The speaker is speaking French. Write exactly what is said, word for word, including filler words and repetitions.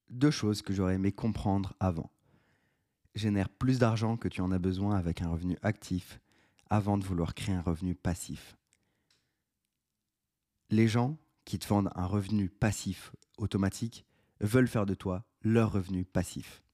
Deux choses que j'aurais aimé comprendre avant. Génère plus d'argent que tu en as besoin avec un revenu actif avant de vouloir créer un revenu passif. Les gens qui te vendent un revenu passif automatique veulent faire de toi leur revenu passif.